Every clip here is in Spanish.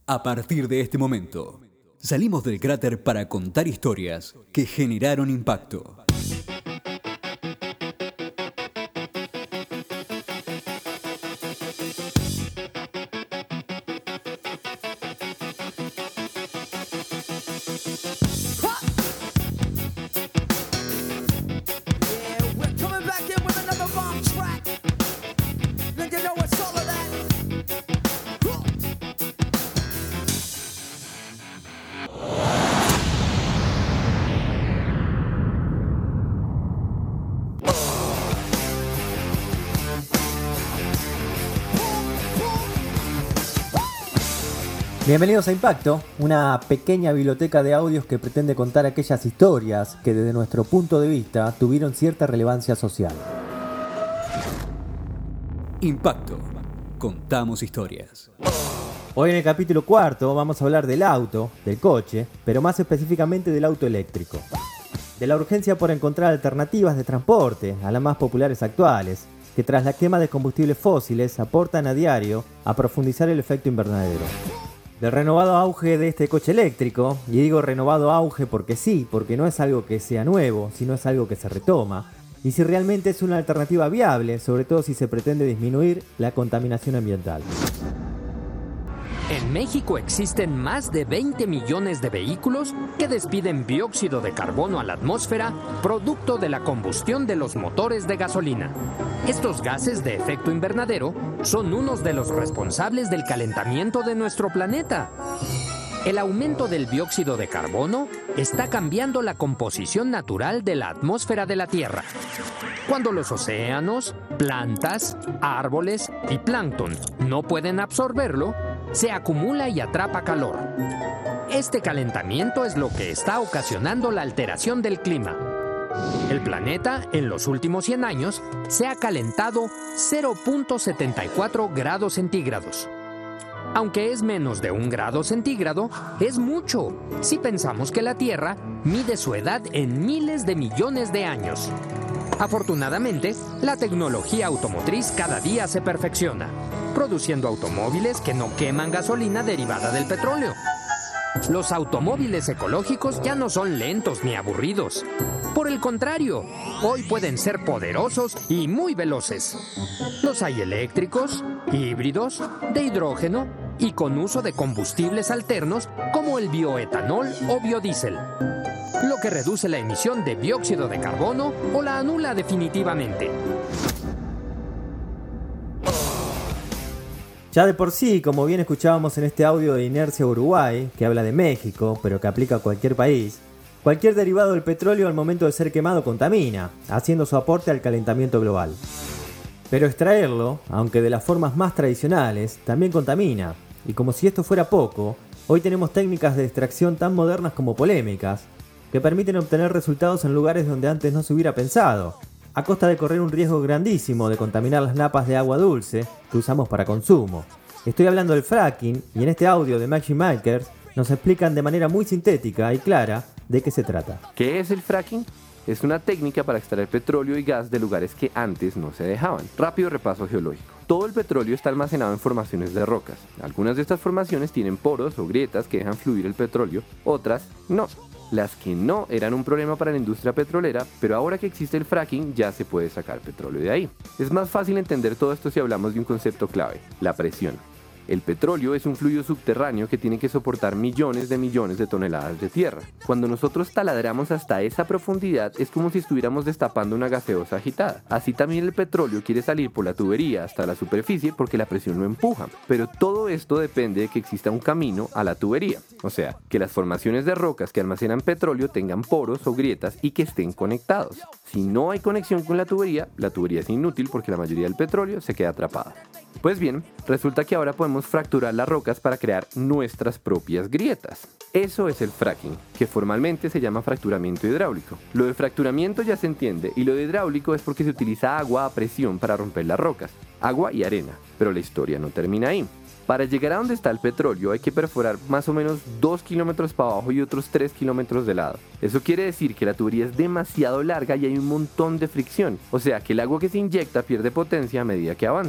A partir de este momento, salimos del cráter para contar historias que generaron impacto. Bienvenidos a Impacto, una pequeña biblioteca de audios que pretende contar aquellas historias que desde nuestro punto de vista tuvieron cierta relevancia social. Impacto. Contamos historias. Hoy en el capítulo 4 vamos a hablar del auto, del coche, pero más específicamente del auto eléctrico. De la urgencia por encontrar alternativas de transporte a las más populares actuales, que tras la quema de combustibles fósiles aportan a diario a profundizar el efecto invernadero. Del renovado auge de este coche eléctrico, y digo renovado auge porque sí, porque no es algo que sea nuevo, sino es algo que se retoma, y si realmente es una alternativa viable, sobre todo si se pretende disminuir la contaminación ambiental. En México existen más de 20 millones de vehículos que despiden dióxido de carbono a la atmósfera, producto de la combustión de los motores de gasolina. Estos gases de efecto invernadero son unos de los responsables del calentamiento de nuestro planeta. El aumento del dióxido de carbono está cambiando la composición natural de la atmósfera de la Tierra. Cuando los océanos, plantas, árboles y plancton no pueden absorberlo, se acumula y atrapa calor. Este calentamiento es lo que está ocasionando la alteración del clima. El planeta, en los últimos 100 años, se ha calentado 0.74 grados centígrados. Aunque es menos de 1 grado centígrado, es mucho si pensamos que la Tierra mide su edad en miles de millones de años. Afortunadamente, la tecnología automotriz cada día se perfecciona, produciendo automóviles que no queman gasolina derivada del petróleo. Los automóviles ecológicos ya no son lentos ni aburridos. Por el contrario, hoy pueden ser poderosos y muy veloces. Los hay eléctricos, híbridos, de hidrógeno y con uso de combustibles alternos como el bioetanol o biodiesel, lo que reduce la emisión de dióxido de carbono o la anula definitivamente. Ya de por sí, como bien escuchábamos en este audio de Inercia Uruguay, que habla de México, pero que aplica a cualquier país, cualquier derivado del petróleo al momento de ser quemado contamina, haciendo su aporte al calentamiento global. Pero extraerlo, aunque de las formas más tradicionales, también contamina, y como si esto fuera poco, hoy tenemos técnicas de extracción tan modernas como polémicas, que permiten obtener resultados en lugares donde antes no se hubiera pensado, a costa de correr un riesgo grandísimo de contaminar las napas de agua dulce que usamos para consumo. Estoy hablando del fracking y en este audio de Magic Makers nos explican de manera muy sintética y clara de qué se trata. ¿Qué es el fracking? Es una técnica para extraer petróleo y gas de lugares que antes no se dejaban. Rápido repaso geológico. Todo el petróleo está almacenado en formaciones de rocas. Algunas de estas formaciones tienen poros o grietas que dejan fluir el petróleo, otras no. Las que no eran un problema para la industria petrolera, pero ahora que existe el fracking ya se puede sacar petróleo de ahí. Es más fácil entender todo esto si hablamos de un concepto clave, la presión. El petróleo es un fluido subterráneo que tiene que soportar millones de toneladas de tierra. Cuando nosotros taladramos hasta esa profundidad es como si estuviéramos destapando una gaseosa agitada. Así también el petróleo quiere salir por la tubería hasta la superficie porque la presión lo empuja. Pero todo esto depende de que exista un camino a la tubería. O sea, que las formaciones de rocas que almacenan petróleo tengan poros o grietas y que estén conectados. Si no hay conexión con la tubería es inútil porque la mayoría del petróleo se queda atrapada. Pues bien, resulta que ahora podemos fracturar las rocas para crear nuestras propias grietas. Eso es el fracking, que formalmente se llama fracturamiento hidráulico. Lo de fracturamiento ya se entiende, y lo de hidráulico es porque se utiliza agua a presión para romper las rocas, agua y arena, pero la historia no termina ahí. Para llegar a donde está el petróleo hay que perforar más o menos 2 kilómetros para abajo y otros 3 kilómetros de lado. Eso quiere decir que la tubería es demasiado larga y hay un montón de fricción, o sea que el agua que se inyecta pierde potencia a medida que avanza.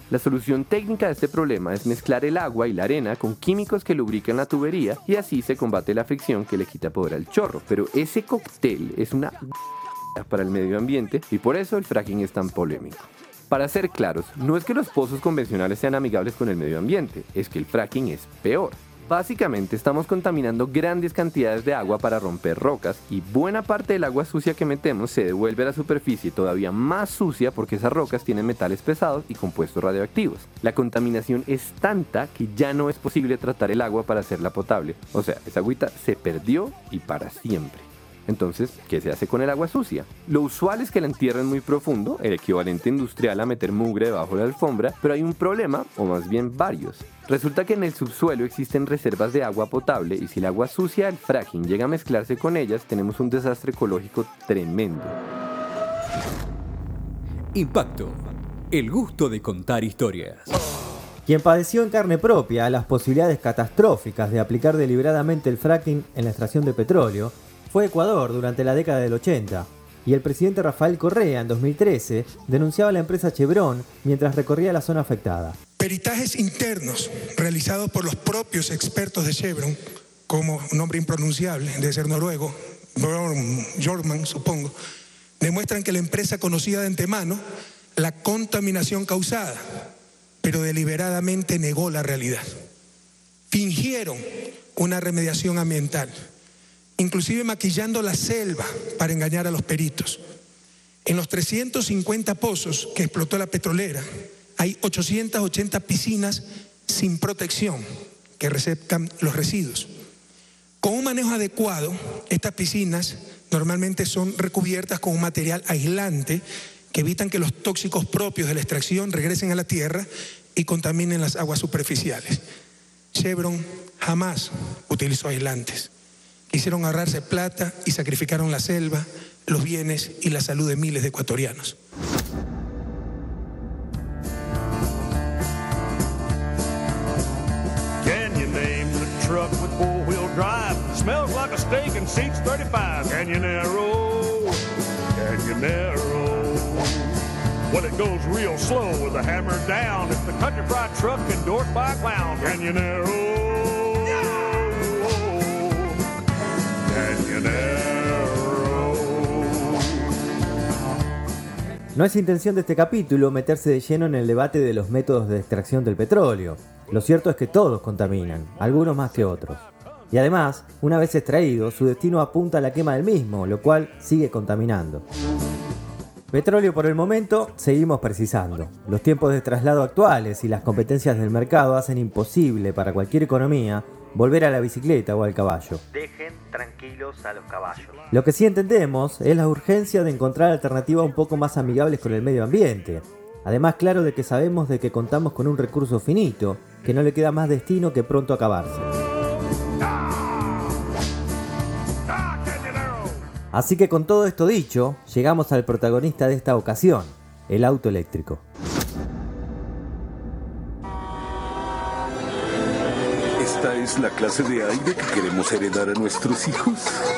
La solución técnica de este problema es mezclar el agua y la arena con químicos que lubrican la tubería y así se combate la fricción que le quita poder al chorro. Pero ese cóctel es una para el medio ambiente y por eso el fracking es tan polémico. Para ser claros, no es que los pozos convencionales sean amigables con el medio ambiente, es que el fracking es peor. Básicamente estamos contaminando grandes cantidades de agua para romper rocas y buena parte del agua sucia que metemos se devuelve a la superficie todavía más sucia porque esas rocas tienen metales pesados y compuestos radioactivos. La contaminación es tanta que ya no es posible tratar el agua para hacerla potable. O sea, esa agüita se perdió y para siempre. Entonces, ¿qué se hace con el agua sucia? Lo usual es que la entierren muy profundo, el equivalente industrial a meter mugre debajo de la alfombra, pero hay un problema, o más bien varios. Resulta que en el subsuelo existen reservas de agua potable y si el agua sucia del fracking llega a mezclarse con ellas, tenemos un desastre ecológico tremendo. Impacto. El gusto de contar historias. Quien padeció en carne propia las posibilidades catastróficas de aplicar deliberadamente el fracking en la extracción de petróleo fue Ecuador durante la década del 80, y el presidente Rafael Correa en 2013 denunciaba a la empresa Chevron mientras recorría la zona afectada. Peritajes internos realizados por los propios expertos de Chevron, como un nombre impronunciable, debe ser noruego, Jorman, supongo, demuestran que la empresa conocía de antemano la contaminación causada, pero deliberadamente negó la realidad. Fingieron una remediación ambiental, inclusive maquillando la selva para engañar a los peritos. En los 350 pozos que explotó la petrolera, hay 880 piscinas sin protección que receptan los residuos. Con un manejo adecuado, estas piscinas normalmente son recubiertas con un material aislante que evitan que los tóxicos propios de la extracción regresen a la tierra y contaminen las aguas superficiales. Chevron jamás utilizó aislantes. Quisieron ahorrarse plata y sacrificaron la selva, los bienes y la salud de miles de ecuatorianos. Can you name the truck with four-wheel drive? Smells like a steak and seats 35. Canyonero, Canyonero. Well, it goes real slow with the hammer down. It's the country fried truck endorsed by a clown. Canyonero. No es intención de este capítulo meterse de lleno en el debate de los métodos de extracción del petróleo. Lo cierto es que todos contaminan, algunos más que otros. Y además, una vez extraído, su destino apunta a la quema del mismo, lo cual sigue contaminando. Petróleo por el momento seguimos precisando. Los tiempos de traslado actuales y las competencias del mercado hacen imposible para cualquier economía volver a la bicicleta o al caballo. Dejen tranquilos a los caballos. Lo que sí entendemos es la urgencia de encontrar alternativas un poco más amigables con el medio ambiente. Además, claro de que sabemos de que contamos con un recurso finito, que no le queda más destino que pronto acabarse. Así que con todo esto dicho, llegamos al protagonista de esta ocasión, el auto eléctrico. ¿Esta es la clase de aire que queremos heredar a nuestros hijos?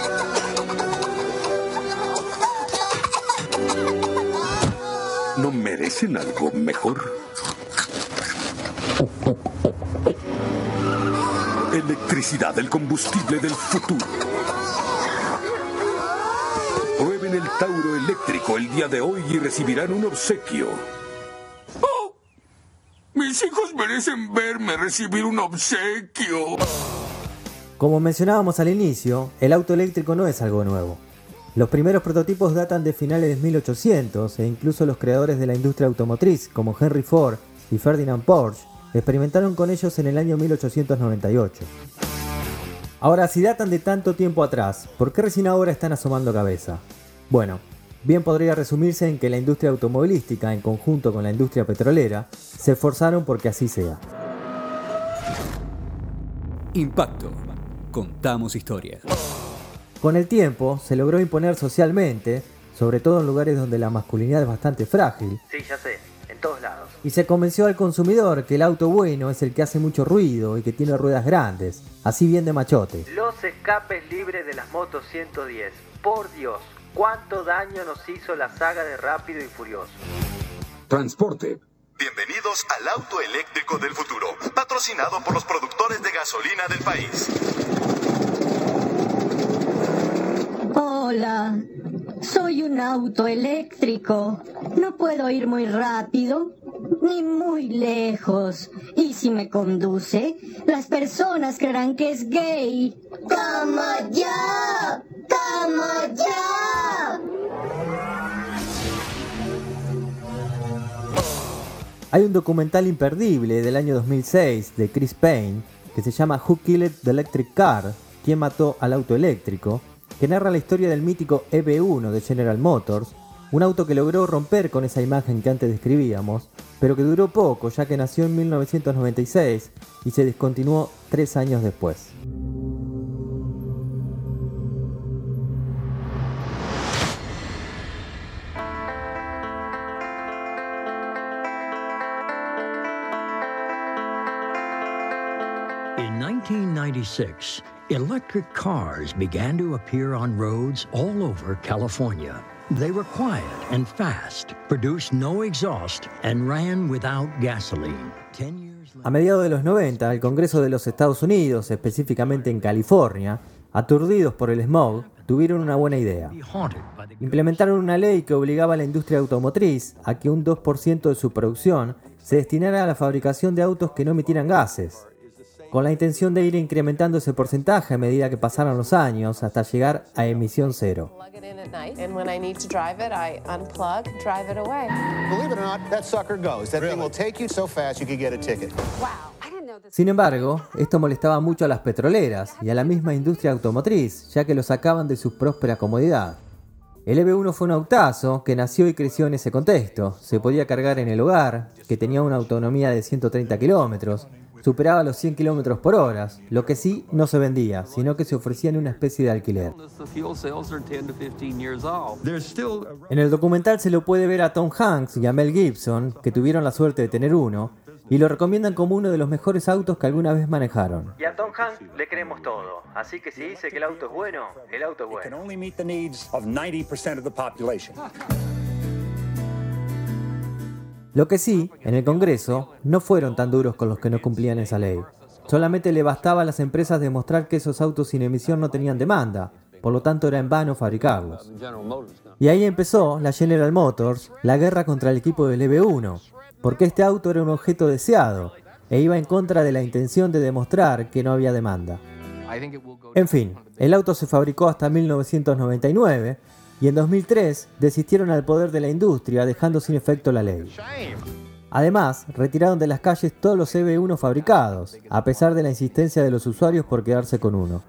¿No merecen algo mejor? Electricidad, el combustible del futuro. Prueben el Tauro eléctrico el día de hoy y recibirán un obsequio. ¡Oh! Mis hijos merecen verme recibir un obsequio. Como mencionábamos al inicio, el auto eléctrico no es algo nuevo. Los primeros prototipos datan de finales de 1800 e incluso los creadores de la industria automotriz, como Henry Ford y Ferdinand Porsche, experimentaron con ellos en el año 1898. Ahora, si datan de tanto tiempo atrás, ¿por qué recién ahora están asomando cabeza? Bueno, bien podría resumirse en que la industria automovilística, en conjunto con la industria petrolera, se esforzaron porque así sea. Impacto. Contamos historias. Con el tiempo, se logró imponer socialmente, sobre todo en lugares donde la masculinidad es bastante frágil. Sí, ya sé, en todos lados. Y se convenció al consumidor que el auto bueno es el que hace mucho ruido y que tiene ruedas grandes, así bien de machote. Los escapes libres de las motos 110. Por Dios, cuánto daño nos hizo la saga de Rápido y Furioso. Transporte. Bienvenidos al auto eléctrico del futuro, patrocinado por los productores de gasolina del país. Hola, soy un auto eléctrico. No puedo ir muy rápido ni muy lejos. Y si me conduce, las personas creerán que es gay. ¡Como yo! ¡Como yo! Hay un documental imperdible del año 2006 de Chris Payne que se llama Who Killed the Electric Car? ¿Quién mató al auto eléctrico?, que narra la historia del mítico EV1 de General Motors, un auto que logró romper con esa imagen que antes describíamos, pero que duró poco ya que nació en 1996 y se descontinuó 3 años después. In 1996, electric cars began to appear on roads all over California. They were quiet and fast, produced no exhaust, and ran without gasoline. 10 years later, A mediados de los 90, el Congreso de los Estados Unidos, específicamente en California, aturdidos por el smog, tuvieron una buena idea. Implementaron una ley que obligaba a la industria automotriz a que un 2% de su producción se destinara a la fabricación de autos que no emitieran gases, con la intención de ir incrementando ese porcentaje a medida que pasaran los años hasta llegar a emisión cero. Sin embargo, esto molestaba mucho a las petroleras y a la misma industria automotriz, ya que lo sacaban de su próspera comodidad. El EV1 fue un autazo que nació y creció en ese contexto. Se podía cargar en el hogar, que tenía una autonomía de 130 kilómetros, superaba los 100 kilómetros por hora, lo que sí no se vendía, sino que se ofrecía en una especie de alquiler. En el documental se lo puede ver a Tom Hanks y a Mel Gibson, que tuvieron la suerte de tener uno, y lo recomiendan como uno de los mejores autos que alguna vez manejaron. Y a Tom Hanks le creemos todo, así que si dice que el auto es bueno, el auto es bueno. Lo que sí, en el Congreso, no fueron tan duros con los que no cumplían esa ley. Solamente le bastaba a las empresas demostrar que esos autos sin emisión no tenían demanda, por lo tanto era en vano fabricarlos. Y ahí empezó la General Motors, la guerra contra el equipo del EV1, porque este auto era un objeto deseado, e iba en contra de la intención de demostrar que no había demanda. En fin, el auto se fabricó hasta 1999, y en 2003 desistieron al poder de la industria dejando sin efecto la ley. Además, retiraron de las calles todos los EV1 fabricados, a pesar de la insistencia de los usuarios por quedarse con uno.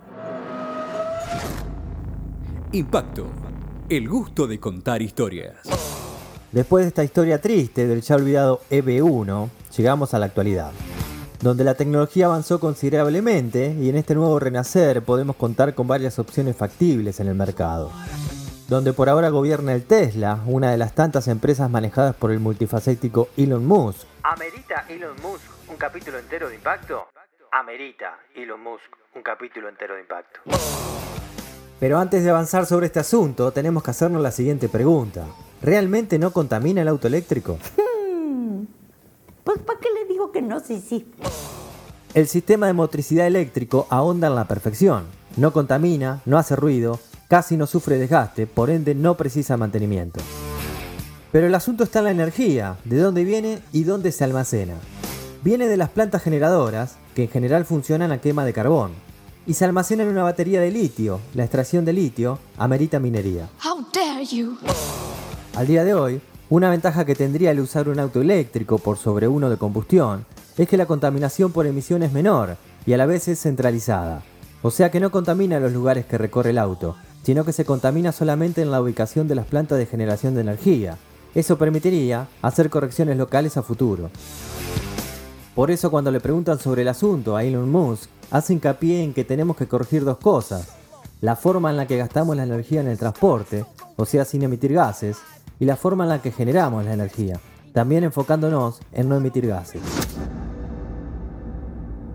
Impacto, el gusto de contar historias. Después de esta historia triste del ya olvidado EV1, llegamos a la actualidad, donde la tecnología avanzó considerablemente y en este nuevo renacer podemos contar con varias opciones factibles en el mercado. Donde por ahora gobierna el Tesla, una de las tantas empresas manejadas por el multifacético Elon Musk. ¿Amerita Elon Musk un capítulo entero de Impacto? Amerita Elon Musk un capítulo entero de Impacto. Pero antes de avanzar sobre este asunto, tenemos que hacernos la siguiente pregunta. ¿Realmente no contamina el auto eléctrico? Pues ¿para qué le digo que no? Sí. El sistema de motricidad eléctrico ahonda en la perfección. No contamina, no hace ruido, casi no sufre desgaste, por ende no precisa mantenimiento. Pero el asunto está en la energía, de dónde viene y dónde se almacena. Viene de las plantas generadoras, que en general funcionan a quema de carbón, y se almacena en una batería de litio. La extracción de litio amerita minería. How dare you? Al día de hoy, una ventaja que tendría el usar un auto eléctrico por sobre uno de combustión es que la contaminación por emisión es menor y a la vez es centralizada. O sea que no contamina los lugares que recorre el auto, sino que se contamina solamente en la ubicación de las plantas de generación de energía. Eso permitiría hacer correcciones locales a futuro. Por eso cuando le preguntan sobre el asunto a Elon Musk, hace hincapié en que tenemos que corregir dos cosas: la forma en la que gastamos la energía en el transporte, o sea sin emitir gases, y la forma en la que generamos la energía, también enfocándonos en no emitir gases.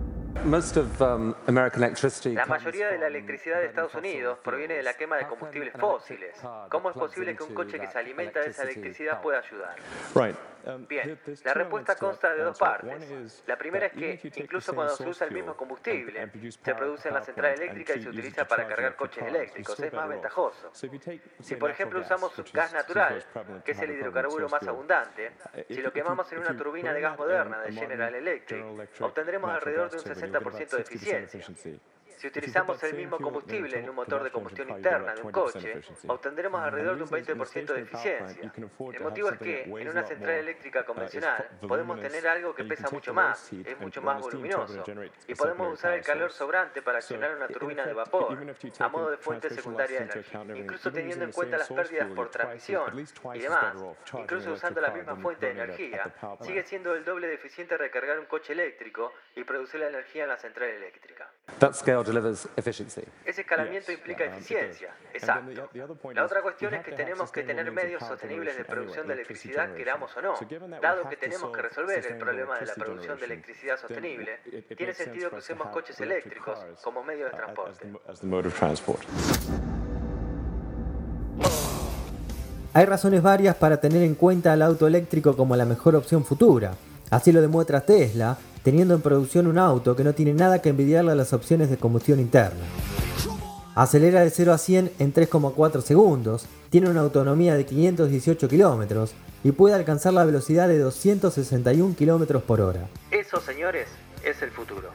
La mayoría de la electricidad de Estados Unidos proviene de la quema de combustibles fósiles. ¿Cómo es posible que un coche que se alimenta de esa electricidad pueda ayudar? Bien, la respuesta consta de dos partes. La primera es que, incluso cuando se usa el mismo combustible, se produce en la central eléctrica y se utiliza para cargar coches eléctricos, es más ventajoso. Si por ejemplo usamos gas natural, que es el hidrocarburo más abundante, si lo quemamos en una turbina de gas moderna de General Electric, obtendremos alrededor de un 60% de eficiencia. Si utilizamos el mismo combustible en un motor de combustión interna de un coche, obtendremos alrededor de un 20% de eficiencia. El motivo es que, en una central eléctrica convencional, podemos tener algo que pesa mucho más, es mucho más voluminoso, y podemos usar el calor sobrante para accionar una turbina de vapor, a modo de fuente secundaria de energía, incluso teniendo en cuenta las pérdidas por transmisión y demás. Incluso usando la misma fuente de energía, sigue siendo el doble de eficiente recargar un coche eléctrico y producir la energía en la central eléctrica. Ese escalamiento implica eficiencia, exacto. La otra cuestión es que tenemos que tener medios sostenibles de producción de electricidad, queramos o no. Dado que tenemos que resolver el problema de la producción de electricidad sostenible, tiene sentido que usemos coches eléctricos como medio de transporte. Hay razones varias para tener en cuenta al auto eléctrico como la mejor opción futura. Así lo demuestra Tesla, teniendo en producción un auto que no tiene nada que envidiarle a las opciones de combustión interna. Acelera de 0 a 100 en 3,4 segundos, tiene una autonomía de 518 kilómetros y puede alcanzar la velocidad de 261 kilómetros por hora. Eso, señores, es el futuro.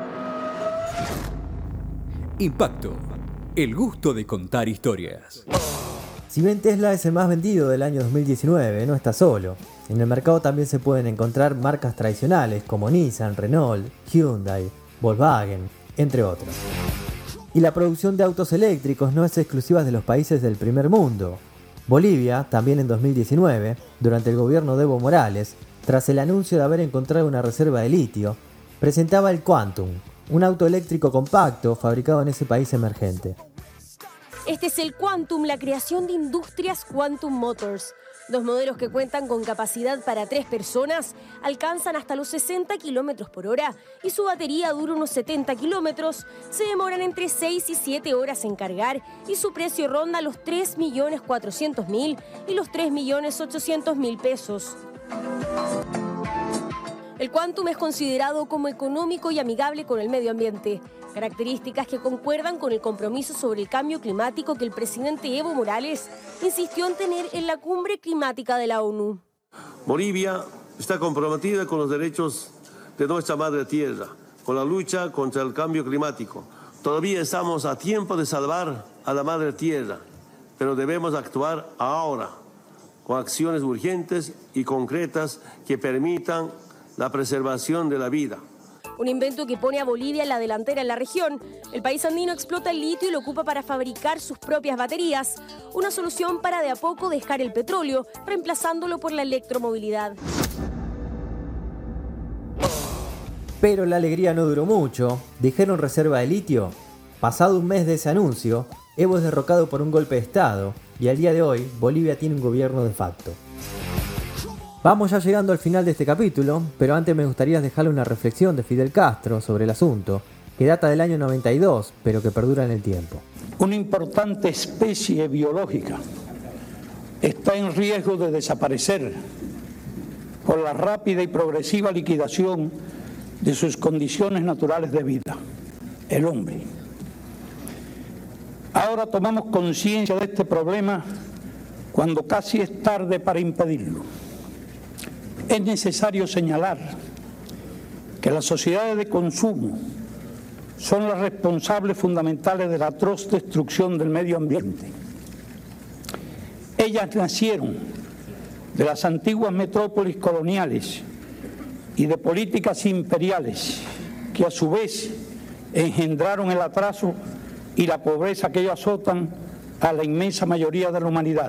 Impacto. El gusto de contar historias. Si bien Tesla es el más vendido del año 2019, no está solo. En el mercado también se pueden encontrar marcas tradicionales como Nissan, Renault, Hyundai, Volkswagen, entre otras. Y la producción de autos eléctricos no es exclusiva de los países del primer mundo. Bolivia, también en 2019, durante el gobierno de Evo Morales, tras el anuncio de haber encontrado una reserva de litio, presentaba el Quantum, un auto eléctrico compacto fabricado en ese país emergente. Este es el Quantum, la creación de Industrias Quantum Motors. Dos modelos que cuentan con capacidad para 3 personas, alcanzan hasta los 60 kilómetros por hora y su batería dura unos 70 kilómetros, se demoran entre 6 y 7 horas en cargar y su precio ronda los 3.400.000 y los 3.800.000 pesos. El Quantum es considerado como económico y amigable con el medio ambiente, características que concuerdan con el compromiso sobre el cambio climático que el presidente Evo Morales insistió en tener en la cumbre climática de la ONU. Bolivia está comprometida con los derechos de nuestra madre tierra, con la lucha contra el cambio climático. Todavía estamos a tiempo de salvar a la madre tierra, pero debemos actuar ahora, con acciones urgentes y concretas que permitan la preservación de la vida. Un invento que pone a Bolivia en la delantera en la región. El país andino explota el litio y lo ocupa para fabricar sus propias baterías. Una solución para de a poco dejar el petróleo, reemplazándolo por la electromovilidad. Pero la alegría no duró mucho. Dijeron reserva de litio. Pasado un mes de ese anuncio, Evo es derrocado por un golpe de Estado y al día de hoy Bolivia tiene un gobierno de facto. Vamos ya llegando al final de este capítulo, pero antes me gustaría dejarle una reflexión de Fidel Castro sobre el asunto, que data del año 92, pero que perdura en el tiempo. Una importante especie biológica está en riesgo de desaparecer por la rápida y progresiva liquidación de sus condiciones naturales de vida, el hombre. Ahora tomamos conciencia de este problema cuando casi es tarde para impedirlo. Es necesario señalar que las sociedades de consumo son las responsables fundamentales de la atroz destrucción del medio ambiente. Ellas nacieron de las antiguas metrópolis coloniales y de políticas imperiales que a su vez engendraron el atraso y la pobreza que azotan a la inmensa mayoría de la humanidad.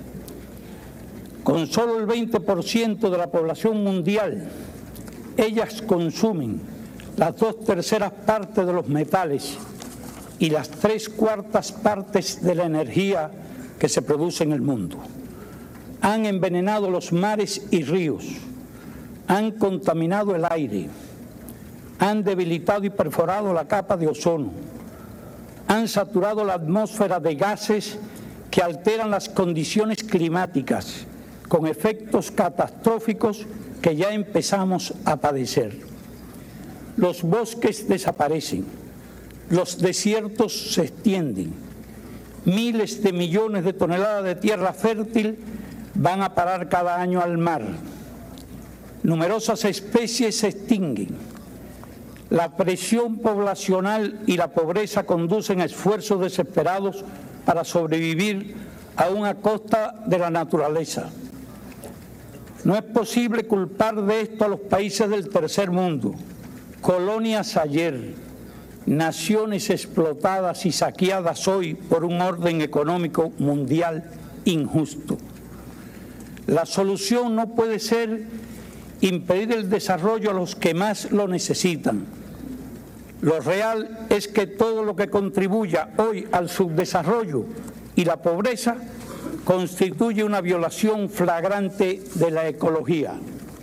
Con solo el 20% de la población mundial, ellas consumen las 2/3 partes de los metales y las 3/4 partes de la energía que se produce en el mundo. Han envenenado los mares y ríos, han contaminado el aire, han debilitado y perforado la capa de ozono, han saturado la atmósfera de gases que alteran las condiciones climáticas, con efectos catastróficos que ya empezamos a padecer. Los bosques desaparecen, los desiertos se extienden, miles de millones de toneladas de tierra fértil van a parar cada año al mar. Numerosas especies se extinguen. La presión poblacional y la pobreza conducen a esfuerzos desesperados para sobrevivir aún a costa de la naturaleza. No es posible culpar de esto a los países del tercer mundo, colonias ayer, naciones explotadas y saqueadas hoy por un orden económico mundial injusto. La solución no puede ser impedir el desarrollo a los que más lo necesitan. Lo real es que todo lo que contribuya hoy al subdesarrollo y la pobreza constituye una violación flagrante de la ecología.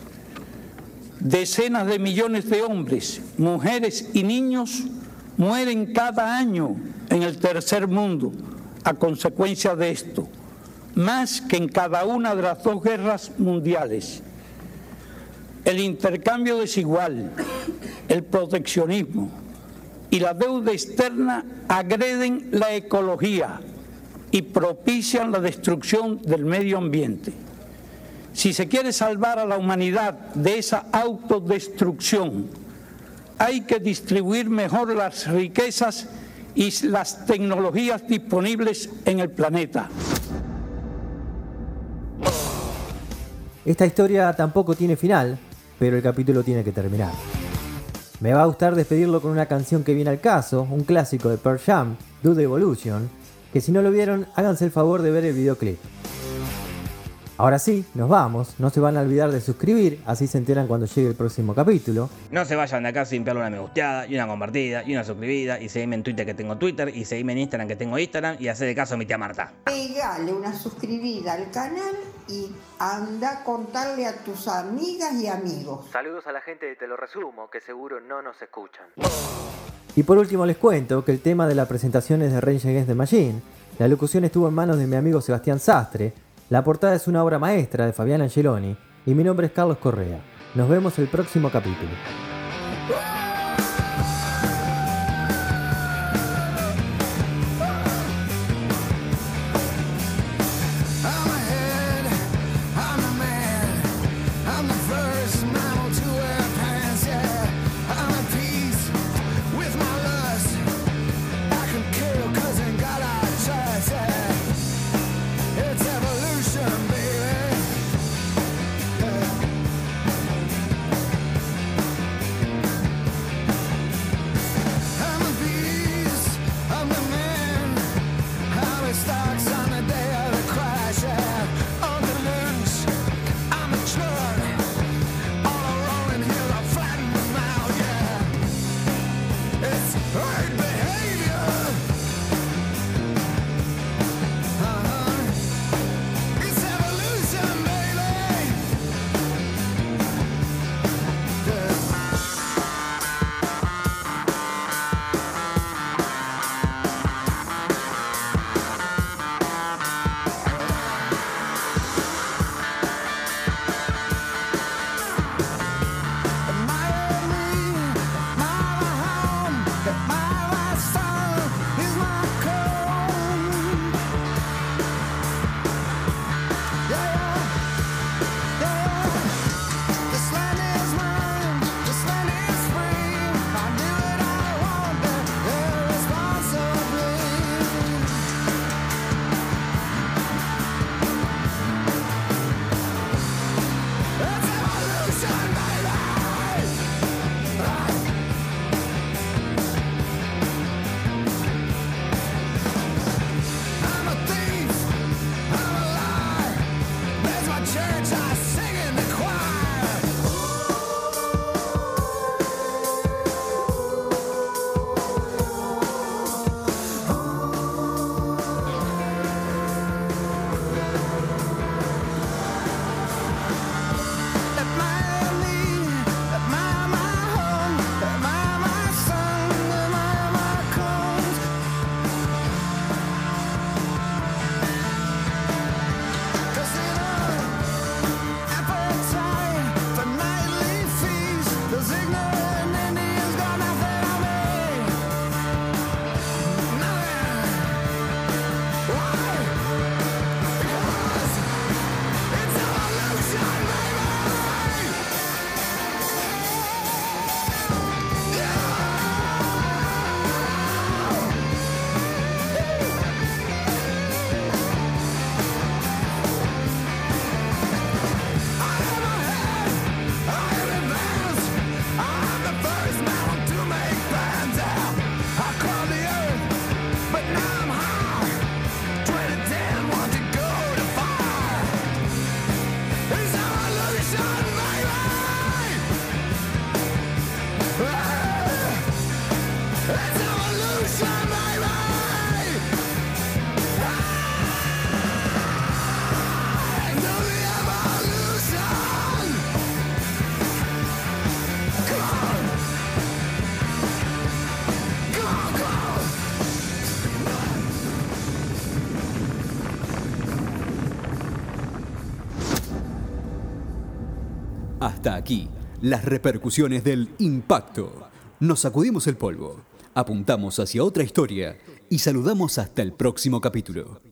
Decenas de millones de hombres, mujeres y niños mueren cada año en el tercer mundo a consecuencia de esto, más que en cada una de las 2 guerras mundiales. El intercambio desigual, el proteccionismo y la deuda externa agreden la ecología y propician la destrucción del medio ambiente. Si se quiere salvar a la humanidad de esa autodestrucción, hay que distribuir mejor las riquezas y las tecnologías disponibles en el planeta. Esta historia tampoco tiene final, pero el capítulo tiene que terminar. Me va a gustar despedirlo con una canción que viene al caso, un clásico de Pearl Jam, Do the Evolution, que si no lo vieron, háganse el favor de ver el videoclip. Ahora sí, nos vamos, no se van a olvidar de suscribir, así se enteran cuando llegue el próximo capítulo. No se vayan de acá sin pegarle una me gusteada, y una compartida, y una suscribida, y seguime en Twitter que tengo Twitter, y seguime en Instagram que tengo Instagram, y hacer caso a mi tía Marta. Pegale una suscribida al canal y anda a contarle a tus amigas y amigos. Saludos a la gente de Te lo resumo, que seguro no nos escuchan. Y por último les cuento que el tema de la presentación es de Rage Against the Machine, la locución estuvo en manos de mi amigo Sebastián Sastre, la portada es una obra maestra de Fabián Angeloni y mi nombre es Carlos Correa. Nos vemos el próximo capítulo. Hasta aquí, las repercusiones del impacto. Nos sacudimos el polvo, apuntamos hacia otra historia y saludamos hasta el próximo capítulo.